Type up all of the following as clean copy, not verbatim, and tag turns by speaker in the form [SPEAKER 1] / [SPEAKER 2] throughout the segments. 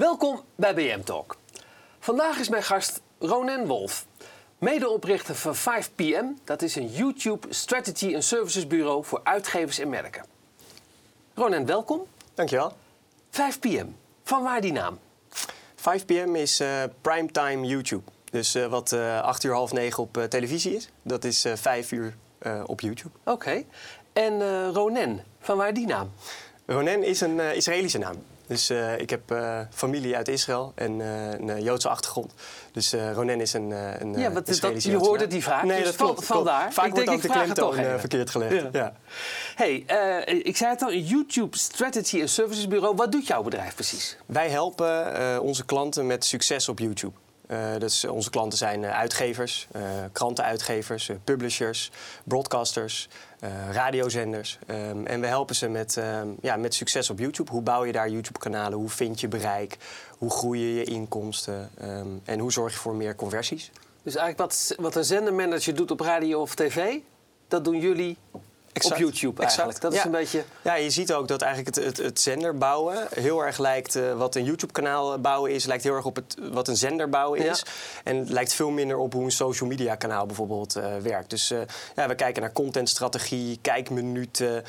[SPEAKER 1] Welkom bij BM Talk. Vandaag is mijn gast Ronen Wolf, medeoprichter van 5PM. Dat is een YouTube Strategy and Services bureau voor uitgevers en merken. Ronen, welkom.
[SPEAKER 2] Dankjewel.
[SPEAKER 1] 5PM, vanwaar die naam?
[SPEAKER 2] 5PM is primetime YouTube. Dus wat 8 uur, half 9 op televisie is, dat is 5 uur op YouTube.
[SPEAKER 1] Oké. En Ronen, vanwaar die naam?
[SPEAKER 2] Ronen is een Israëlische naam. Dus ik heb familie uit Israël en een Joodse achtergrond. Dus Ronen is een Israëlische
[SPEAKER 1] je
[SPEAKER 2] Joodse
[SPEAKER 1] hoorde
[SPEAKER 2] naam.
[SPEAKER 1] die vraag.
[SPEAKER 2] Nee,
[SPEAKER 1] dus
[SPEAKER 2] dat klopt.
[SPEAKER 1] Vandaar.
[SPEAKER 2] Vaak wordt ook de klemtoon
[SPEAKER 1] even.
[SPEAKER 2] verkeerd gelegd. Ja.
[SPEAKER 1] Hey, ik zei het al, een YouTube Strategy and Services bureau. Wat doet jouw bedrijf precies?
[SPEAKER 2] Wij helpen onze klanten met succes op YouTube. Dus onze klanten zijn uitgevers, krantenuitgevers, publishers, broadcasters, radiozenders. En we helpen ze met succes op YouTube. Hoe bouw je daar YouTube-kanalen? Hoe vind je bereik? Hoe groei je je inkomsten? En hoe zorg je voor meer conversies?
[SPEAKER 1] Dus eigenlijk wat een zendermanager doet op radio of tv, dat doen jullie op YouTube eigenlijk.
[SPEAKER 2] Exact.
[SPEAKER 1] Dat is een beetje...
[SPEAKER 2] Ja, je ziet ook dat eigenlijk het zender bouwen heel erg lijkt... wat een YouTube-kanaal bouwen is, lijkt heel erg op wat een zender bouwen is. En het lijkt veel minder op hoe een social media kanaal bijvoorbeeld werkt. Dus we kijken naar contentstrategie, kijkminuten,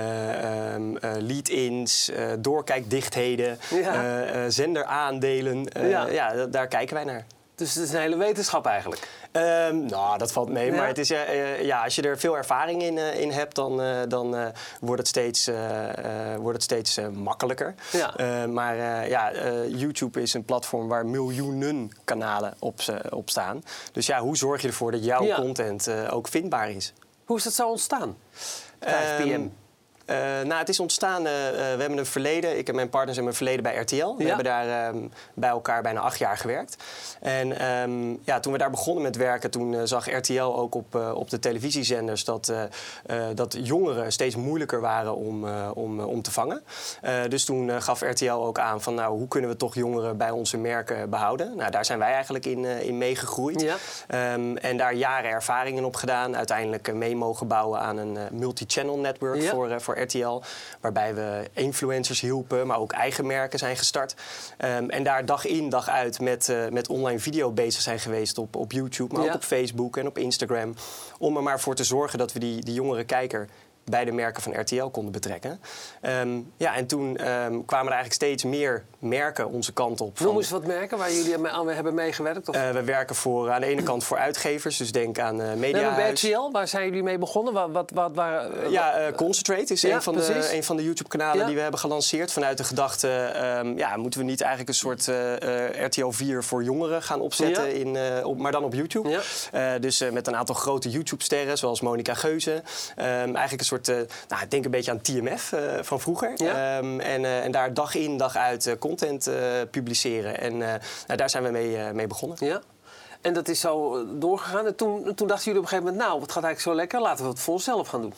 [SPEAKER 2] lead-ins, doorkijkdichtheden, zenderaandelen. Daar kijken wij naar.
[SPEAKER 1] Dus het is een hele wetenschap eigenlijk.
[SPEAKER 2] Dat valt mee. Maar het is, als je er veel ervaring in hebt, dan wordt het steeds makkelijker. Ja. YouTube is een platform waar miljoenen kanalen op staan. Dus hoe zorg je ervoor dat jouw content ook vindbaar is?
[SPEAKER 1] Hoe is dat zo ontstaan? 5PM.
[SPEAKER 2] Het is ontstaan, we hebben een verleden, ik en mijn partners hebben een verleden bij RTL. We hebben daar bij elkaar bijna 8 jaar gewerkt. En toen we daar begonnen met werken, toen zag RTL ook op de televisiezenders dat jongeren steeds moeilijker waren om te vangen. Dus toen gaf RTL ook aan van hoe kunnen we toch jongeren bij onze merken behouden. Nou, daar zijn wij eigenlijk in meegegroeid. Ja. En daar jaren ervaringen op gedaan. Uiteindelijk mee mogen bouwen aan een multi-channel network voor RTL, waarbij we influencers hielpen, maar ook eigen merken zijn gestart. En daar dag in, dag uit met online video bezig zijn geweest op YouTube, maar ook op Facebook en op Instagram. Om er maar voor te zorgen dat we die jongere kijker bij de merken van RTL konden betrekken. En toen kwamen er eigenlijk steeds meer merken onze kant op.
[SPEAKER 1] Noem eens wat merken waar jullie aan hebben meegewerkt?
[SPEAKER 2] We werken aan de ene kant voor uitgevers, dus denk aan Mediahuis.
[SPEAKER 1] Bij RTL, waar zijn jullie mee begonnen?
[SPEAKER 2] Concentrate is een van de YouTube-kanalen die we hebben gelanceerd. Vanuit de gedachte, moeten we niet eigenlijk een soort RTL 4 voor jongeren gaan opzetten, maar dan op YouTube. Ja. Dus met een aantal grote YouTube-sterren, zoals Monica Geuze. Eigenlijk een soort, ik denk een beetje aan TMF van vroeger. Ja. En daar dag in, dag uit content publiceren. En daar zijn we mee begonnen. Ja.
[SPEAKER 1] En dat is zo doorgegaan. En toen dachten jullie op een gegeven moment, het gaat eigenlijk zo lekker. Laten we het voor onszelf gaan doen.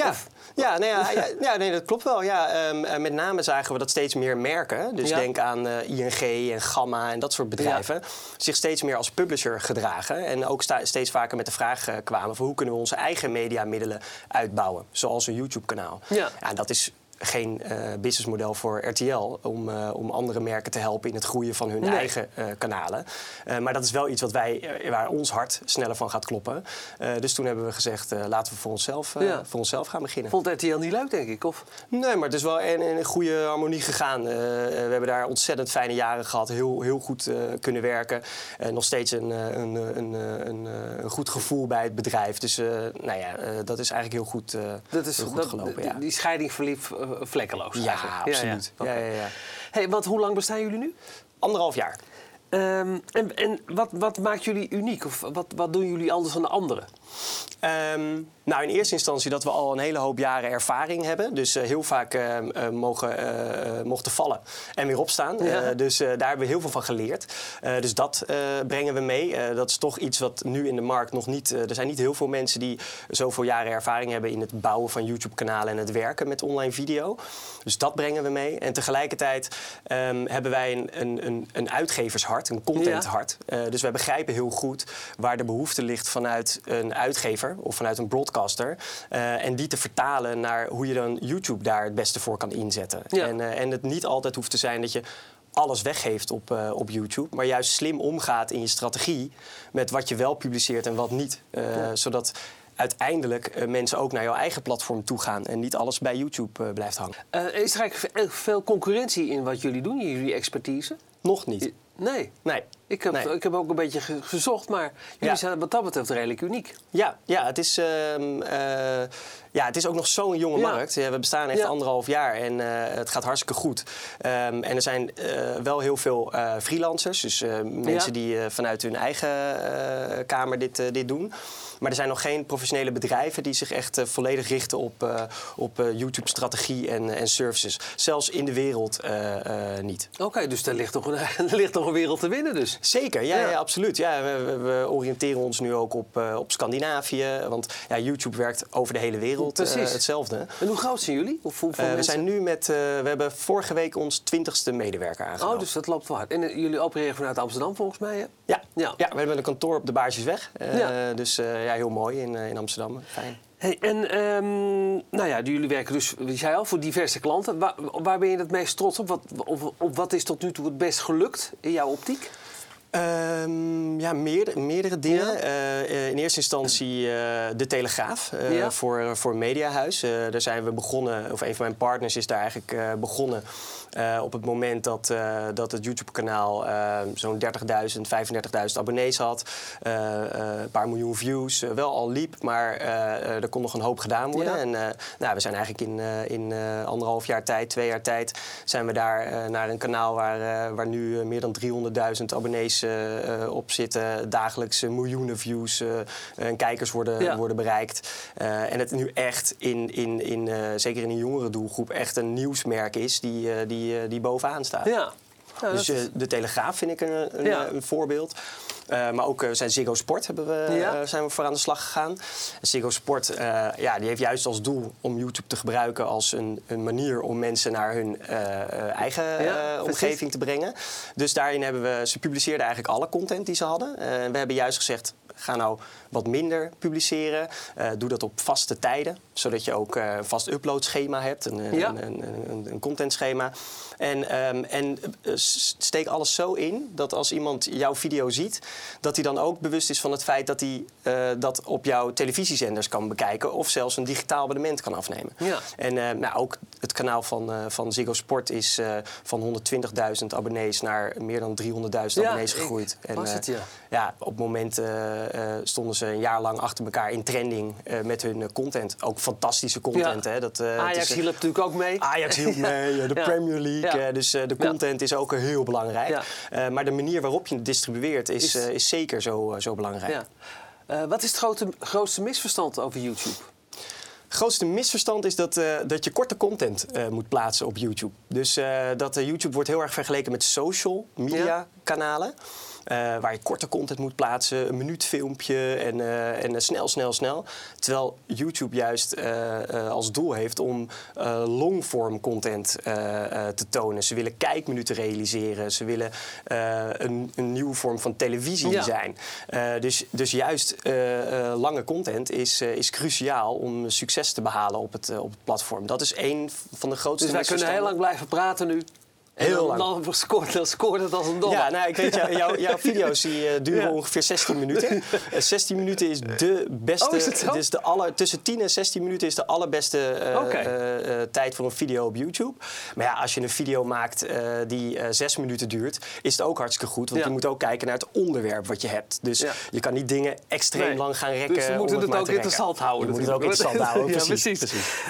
[SPEAKER 2] Dat klopt wel. Ja, met name zagen we dat steeds meer merken, dus denk aan ING en Gamma en dat soort bedrijven, zich steeds meer als publisher gedragen. En ook steeds vaker met de vraag kwamen van hoe kunnen we onze eigen mediamiddelen uitbouwen. Zoals een YouTube-kanaal. Ja, dat is geen businessmodel voor RTL om andere merken te helpen in het groeien van hun eigen kanalen. Maar dat is wel iets waar ons hart sneller van gaat kloppen. Dus toen hebben we gezegd, laten we voor onszelf gaan beginnen.
[SPEAKER 1] Vond RTL niet leuk, denk ik? Of?
[SPEAKER 2] Nee, maar het is wel in een goede harmonie gegaan. We hebben daar ontzettend fijne jaren gehad. Heel goed kunnen werken. Nog steeds een goed gevoel bij het bedrijf. Dus dat is eigenlijk heel goed gelopen.
[SPEAKER 1] Die scheiding verliep vlekkeloos.
[SPEAKER 2] Ja, absoluut. Ja.
[SPEAKER 1] Okay. Hey, want hoe lang bestaan jullie nu?
[SPEAKER 2] 1,5 jaar.
[SPEAKER 1] En wat maakt jullie uniek? Of wat doen jullie anders dan de anderen?
[SPEAKER 2] In eerste instantie dat we al een hele hoop jaren ervaring hebben. Dus heel vaak mochten vallen en weer opstaan. Dus daar hebben we heel veel van geleerd. Dus dat brengen we mee. Dat is toch iets wat nu in de markt nog niet... er zijn niet heel veel mensen die zoveel jaren ervaring hebben in het bouwen van YouTube-kanalen en het werken met online video. Dus dat brengen we mee. En tegelijkertijd hebben wij een uitgevershart, een contenthart. Dus wij begrijpen heel goed waar de behoefte ligt vanuit een uitgever of vanuit een broadcaster. En die te vertalen naar hoe je dan YouTube daar het beste voor kan inzetten. Ja. En het niet altijd hoeft te zijn dat je alles weggeeft op YouTube, maar juist slim omgaat in je strategie met wat je wel publiceert en wat niet. Zodat uiteindelijk mensen ook naar jouw eigen platform toe gaan en niet alles bij YouTube blijft hangen.
[SPEAKER 1] Is er eigenlijk veel concurrentie in wat jullie doen, jullie expertise?
[SPEAKER 2] Nog niet.
[SPEAKER 1] Nee. Ik heb ook een beetje gezocht, maar jullie zijn wat dat betreft redelijk uniek.
[SPEAKER 2] Ja, het is ook nog zo'n jonge markt. We bestaan echt 1,5 jaar en het gaat hartstikke goed. En er zijn wel heel veel freelancers, dus mensen die vanuit hun eigen kamer dit doen. Maar er zijn nog geen professionele bedrijven die zich echt volledig richten op YouTube-strategie en services. Zelfs in de wereld niet.
[SPEAKER 1] Oké, dus er ligt toch een wereld te winnen dus?
[SPEAKER 2] Zeker, ja, absoluut. Ja, we oriënteren ons nu ook op Scandinavië. Want YouTube werkt over de hele wereld hetzelfde.
[SPEAKER 1] En hoe groot zijn jullie?
[SPEAKER 2] We zijn nu we hebben vorige week ons 20ste medewerker aangenomen.
[SPEAKER 1] Oh, dus dat loopt wel hard. En jullie opereren vanuit Amsterdam volgens mij, hè?
[SPEAKER 2] Ja, we hebben een kantoor op de Baarsjesweg. Dus heel mooi in Amsterdam. Fijn.
[SPEAKER 1] Hey, en jullie werken dus, je zei al, voor diverse klanten. Waar ben je het meest trots op? Wat is tot nu toe het best gelukt in jouw optiek?
[SPEAKER 2] Meerdere dingen. In eerste instantie de Telegraaf voor Mediahuis. Daar zijn we begonnen, of een van mijn partners is daar eigenlijk begonnen op het moment dat het YouTube-kanaal zo'n 30.000, 35.000 abonnees had. Een paar miljoen views. Wel al liep, maar er kon nog een hoop gedaan worden. Ja. En we zijn eigenlijk in 1,5 jaar tijd, 2 jaar tijd, zijn we daar naar een kanaal waar nu meer dan 300.000 abonnees op zitten. Dagelijks miljoenen views en kijkers worden bereikt. En het nu echt zeker in een jongere doelgroep echt een nieuwsmerk is die bovenaan staat.
[SPEAKER 1] Ja.
[SPEAKER 2] Dus de Telegraaf vind ik een voorbeeld. Maar ook zijn Ziggo Sport zijn we voor aan de slag gegaan. Ziggo Sport die heeft juist als doel om YouTube te gebruiken als een manier om mensen naar hun eigen omgeving te brengen. Dus daarin ze publiceerden eigenlijk alle content die ze hadden. We hebben juist gezegd, ga nou wat minder publiceren. Doe dat op vaste tijden, zodat je ook een vast uploadschema hebt, een contentschema. En steek alles zo in dat als iemand jouw video ziet, dat hij dan ook bewust is van het feit dat hij dat op jouw televisiezenders kan bekijken of zelfs een digitaal abonnement kan afnemen. Ja. En ook het kanaal van Ziggo Sport is van 120.000 abonnees naar meer dan 300.000 abonnees gegroeid. Op het moment stonden ze een jaar lang achter elkaar in trending met hun content. Ook fantastische content. Ja. Hè?
[SPEAKER 1] Ajax hielp natuurlijk ook mee.
[SPEAKER 2] Ajax hielp mee, de Premier League. Ja. Dus de content is ook heel belangrijk. Ja. Maar de manier waarop je het distribueert is zeker zo belangrijk.
[SPEAKER 1] Ja. Wat is het grootste misverstand over YouTube?
[SPEAKER 2] Het grootste misverstand is dat je korte content moet plaatsen op YouTube. Dus YouTube wordt heel erg vergeleken met social media kanalen. Waar je korte content moet plaatsen, een minuut filmpje en snel. Terwijl YouTube juist als doel heeft om longform content te tonen. Ze willen kijkminuten realiseren. Ze willen een nieuwe vorm van televisie zijn. Dus juist lange content is cruciaal om succes te behalen op het platform. Dat is één van de grootste
[SPEAKER 1] misverstanden. Dus wij kunnen heel lang blijven praten nu.
[SPEAKER 2] Heel lang.
[SPEAKER 1] Dan scoort het als een dolle.
[SPEAKER 2] Ja, ik weet, jouw video's die duren ongeveer 16 minuten. 16 minuten is de beste.
[SPEAKER 1] Is het zo?
[SPEAKER 2] Dus tussen 10 en 16 minuten is de allerbeste tijd voor een video op YouTube. Maar als je een video maakt die 6 minuten duurt, is het ook hartstikke goed. Want je moet ook kijken naar het onderwerp wat je hebt. Dus je kan niet dingen extreem lang gaan rekken.
[SPEAKER 1] Dus we moeten het ook interessant houden.
[SPEAKER 2] Je moet het ook interessant houden, precies.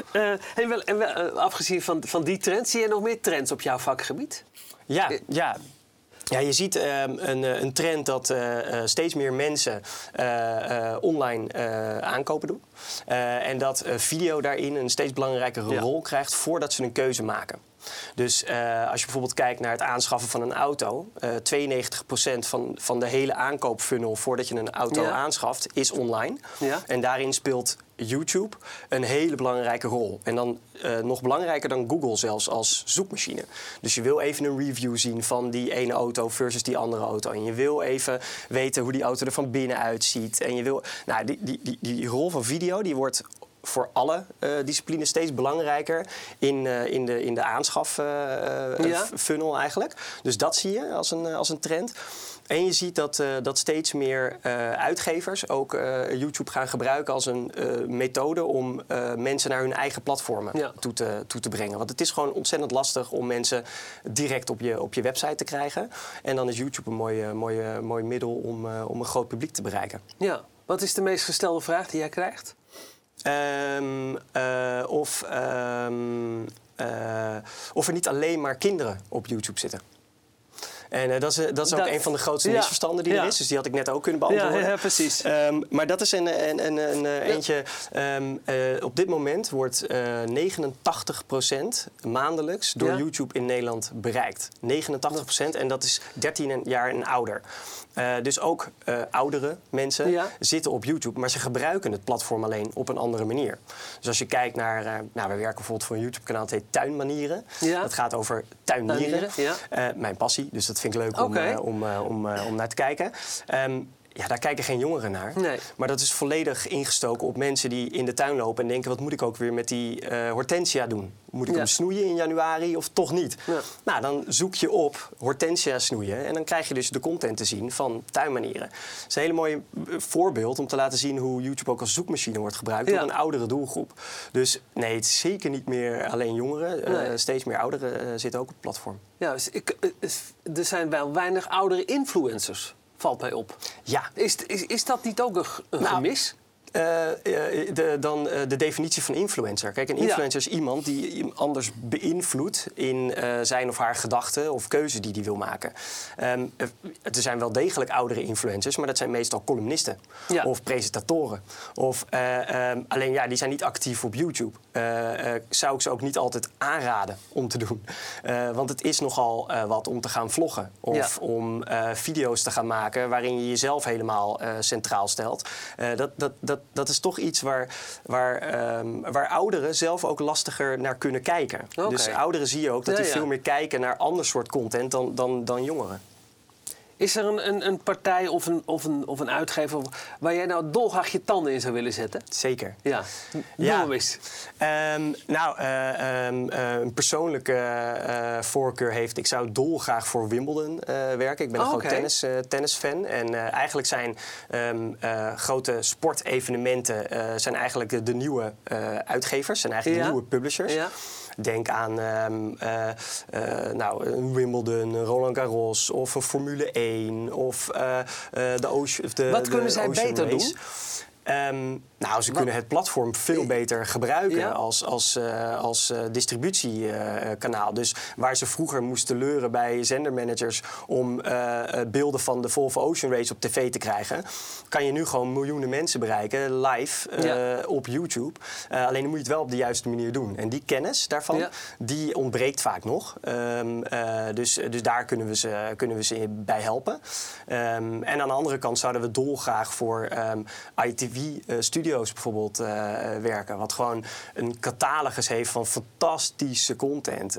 [SPEAKER 1] Afgezien van die trends, zie je nog meer trends op jouw vakgebied?
[SPEAKER 2] Ja, je ziet een trend dat steeds meer mensen online aankopen doen. En dat video daarin een steeds belangrijkere rol krijgt voordat ze een keuze maken. Dus als je bijvoorbeeld kijkt naar het aanschaffen van een auto, 92% van de hele aankoopfunnel voordat je een auto aanschaft is online. Ja. En daarin speelt YouTube een hele belangrijke rol. En dan nog belangrijker dan Google zelfs als zoekmachine. Dus je wil even een review zien van die ene auto versus die andere auto. En je wil even weten hoe die auto er van binnen uitziet. En je wil, die rol van video die wordt voor alle disciplines steeds belangrijker in de aanschaf funnel eigenlijk. Dus dat zie je als een trend. En je ziet dat steeds meer uitgevers ook YouTube gaan gebruiken als een methode om mensen naar hun eigen platformen toe te brengen. Want het is gewoon ontzettend lastig om mensen direct op je website te krijgen. En dan is YouTube een mooi middel om een groot publiek te bereiken.
[SPEAKER 1] Ja, wat is de meest gestelde vraag die jij krijgt?
[SPEAKER 2] Of er niet alleen maar kinderen op YouTube zitten. En dat is ook een van de grootste misverstanden die er is. Dus die had ik net ook kunnen beantwoorden.
[SPEAKER 1] Ja, precies.
[SPEAKER 2] Maar dat is eentje. Op dit moment wordt 89% maandelijks door YouTube in Nederland bereikt. 89%, en dat is 13 jaar en ouder. Dus ook oudere mensen zitten op YouTube, maar ze gebruiken het platform alleen op een andere manier. Dus als je kijkt naar, we werken bijvoorbeeld voor een YouTube-kanaal, het heet Tuinmanieren. Ja. Dat gaat over tuinieren. Mijn passie, dus dat vind ik leuk om naar te kijken. Daar kijken geen jongeren naar. Nee. Maar dat is volledig ingestoken op mensen die in de tuin lopen en denken, wat moet ik ook weer met die hortensia doen? Moet ik hem snoeien in januari of toch niet? Ja. Nou, dan zoek je op hortensia snoeien en dan krijg je dus de content te zien van Tuinmanieren. Het is een hele mooie voorbeeld om te laten zien hoe YouTube ook als zoekmachine wordt gebruikt door een oudere doelgroep. Dus nee, het is zeker niet meer alleen jongeren. Steeds meer ouderen zitten ook op het platform. Ja, dus
[SPEAKER 1] er zijn wel weinig oudere influencers. Valt mij op.
[SPEAKER 2] Ja.
[SPEAKER 1] Is dat niet ook een gemis?
[SPEAKER 2] De definitie van influencer. Kijk, een influencer is iemand die anders beïnvloedt in zijn of haar gedachten of keuze die hij wil maken. Er zijn wel degelijk oudere influencers, maar dat zijn meestal columnisten of presentatoren. Alleen die zijn niet actief op YouTube. Zou ik ze ook niet altijd aanraden om te doen. Want het is nogal wat om te gaan vloggen of om video's te gaan maken waarin je jezelf helemaal centraal stelt. Dat is toch iets waar ouderen zelf ook lastiger naar kunnen kijken. Okay. Dus ouderen zie je ook dat die veel meer kijken naar ander soort content dan jongeren.
[SPEAKER 1] Is er een partij of een uitgever waar jij nou dolgraag je tanden in zou willen zetten?
[SPEAKER 2] Zeker.
[SPEAKER 1] Ja. Noem eens.
[SPEAKER 2] Een persoonlijke voorkeur heeft. Ik zou dolgraag voor Wimbledon werken. Ik ben een groot tennisfan. En eigenlijk zijn grote sportevenementen zijn eigenlijk de nieuwe uitgevers. Zijn eigenlijk de nieuwe publishers. Ja. Denk aan een Wimbledon, een Roland Garros of een Formule 1 of de Ocean.
[SPEAKER 1] Wat kunnen zij beter doen?
[SPEAKER 2] Ze kunnen het platform veel beter gebruiken als distributiekanaal. Dus waar ze vroeger moesten leuren bij zendermanagers om beelden van de Volvo Ocean Race op tv te krijgen, kan je nu gewoon miljoenen mensen bereiken live op YouTube. Alleen dan moet je het wel op de juiste manier doen. En die kennis daarvan, die ontbreekt vaak nog. Dus daar kunnen we ze bij helpen. En aan de andere kant zouden we dolgraag voor ITV-studio's bijvoorbeeld werken. Wat gewoon een catalogus heeft van fantastische content.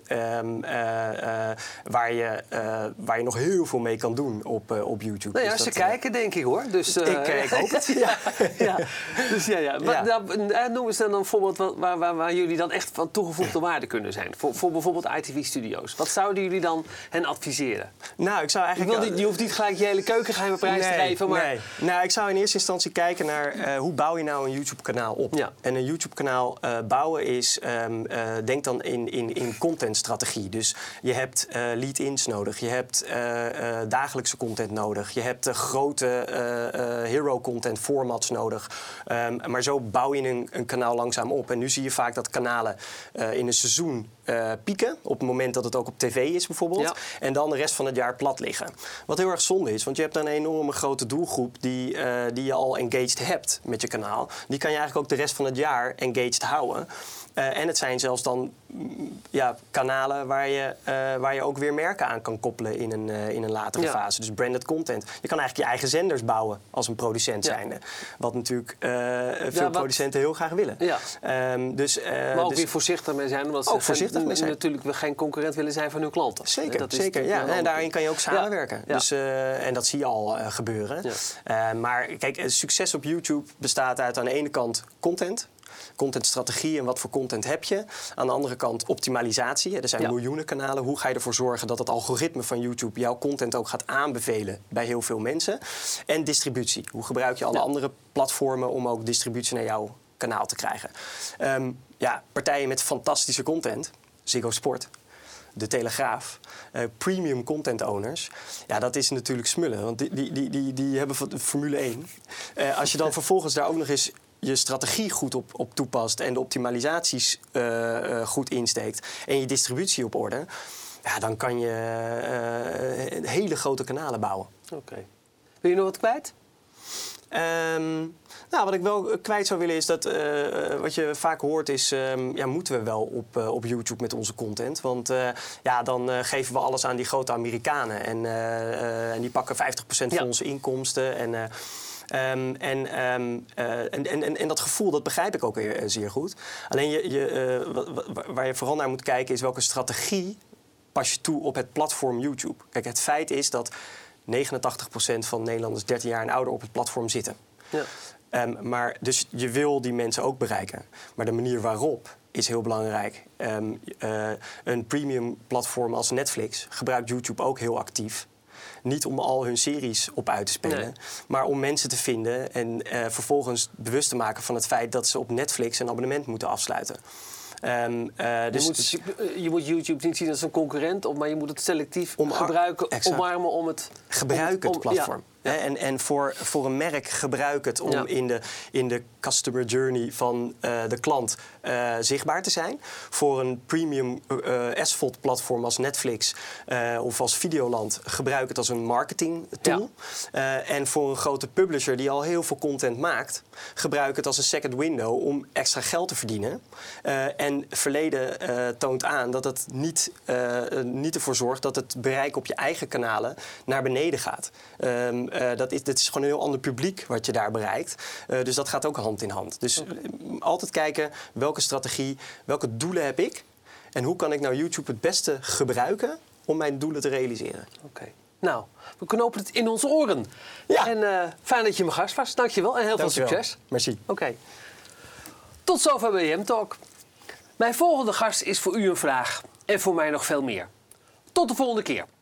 [SPEAKER 2] Waar je nog heel veel mee kan doen op YouTube.
[SPEAKER 1] Nou ja, dus ze kijken denk ik hoor. Dus,
[SPEAKER 2] ik hoop het.
[SPEAKER 1] Dus noem eens dan een voorbeeld waar jullie dan echt van toegevoegde waarde kunnen zijn. Voor bijvoorbeeld ITV-studio's. Wat zouden jullie dan hen adviseren?
[SPEAKER 2] Nou, ik zou eigenlijk...
[SPEAKER 1] Je hoeft niet gelijk je hele keukengeheime prijs te geven. Maar...
[SPEAKER 2] Nee. Nou, ik zou in eerste instantie kijken naar hoe bouw je nou een YouTube-kanaal op. Ja. En een YouTube-kanaal bouwen is, denk dan in contentstrategie. Dus je hebt lead-ins nodig. Je hebt dagelijkse content nodig. Je hebt grote hero-content formats nodig. Maar zo bouw je een kanaal langzaam op. En nu zie je vaak dat kanalen in een seizoen pieken. Op het moment dat het ook op tv is bijvoorbeeld. Ja. En dan de rest van het jaar plat liggen. Wat heel erg zonde is. Want je hebt een enorme grote doelgroep die je al engaged hebt met je kanaal. Die kan je eigenlijk ook de rest van het jaar engaged houden. En het zijn zelfs dan kanalen waar je ook weer merken aan kan koppelen in een latere fase. Dus branded content. Je kan eigenlijk je eigen zenders bouwen als een producent zijnde. Wat natuurlijk veel producenten heel graag willen. Ja.
[SPEAKER 1] Maar ook weer voorzichtig mee zijn. Omdat ze natuurlijk geen concurrent willen zijn van hun klanten.
[SPEAKER 2] Zeker. En daarin kan je ook samenwerken. Ja. Dus, en dat zie je al gebeuren. Ja. Maar kijk, succes op YouTube bestaat uit aan de ene kant content. contentstrategie en wat voor content heb je. Aan de andere kant optimalisatie. Er zijn miljoenen kanalen. Hoe ga je ervoor zorgen dat het algoritme van YouTube jouw content ook gaat aanbevelen bij heel veel mensen? En distributie. Hoe gebruik je alle andere platformen om ook distributie naar jouw kanaal te krijgen? Partijen met fantastische content. Ziggo Sport. De Telegraaf, premium content owners. Ja, dat is natuurlijk smullen, want die hebben Formule 1. Als je dan vervolgens daar ook nog eens je strategie goed op toepast en de optimalisaties goed insteekt en je distributie op orde, ja, dan kan je hele grote kanalen bouwen.
[SPEAKER 1] Oké. Wil je nog wat kwijt?
[SPEAKER 2] Wat ik wel kwijt zou willen is dat wat je vaak hoort is, moeten we wel op YouTube met onze content? Want dan geven we alles aan die grote Amerikanen en die pakken 50% van onze inkomsten. En dat gevoel, dat begrijp ik ook zeer goed. Alleen waar je vooral naar moet kijken is welke strategie pas je toe op het platform YouTube. Kijk, het feit is dat 89% van Nederlanders 13 jaar en ouder op het platform zitten. Ja. Maar dus je wil die mensen ook bereiken. Maar de manier waarop is heel belangrijk. Een premium platform als Netflix gebruikt YouTube ook heel actief. Niet om al hun series op uit te spelen, maar om mensen te vinden en vervolgens bewust te maken van het feit dat ze op Netflix een abonnement moeten afsluiten.
[SPEAKER 1] Je moet YouTube niet zien als een concurrent, maar je moet het selectief omarmen om het...
[SPEAKER 2] Gebruik het platform. Ja. En voor een merk gebruik het om in de customer journey van de klant zichtbaar te zijn. Voor een premium SVOD-platform als Netflix of als Videoland gebruik het als een marketing tool. Ja. En voor een grote publisher die al heel veel content maakt, gebruik het als een second window om extra geld te verdienen. En verleden toont aan dat het niet ervoor zorgt dat het bereik op je eigen kanalen naar beneden gaat. Dit is gewoon een heel ander publiek wat je daar bereikt. Dus dat gaat ook hand in hand. Dus altijd kijken welke strategie, welke doelen heb ik en hoe kan ik nou YouTube het beste gebruiken om mijn doelen te realiseren.
[SPEAKER 1] Oké. Nou, we knopen het in onze oren. Ja. En fijn dat je mijn gast was. Dankjewel en heel veel succes.
[SPEAKER 2] Merci.
[SPEAKER 1] Oké. Tot zover BM Talk. Mijn volgende gast is voor u een vraag en voor mij nog veel meer. Tot de volgende keer.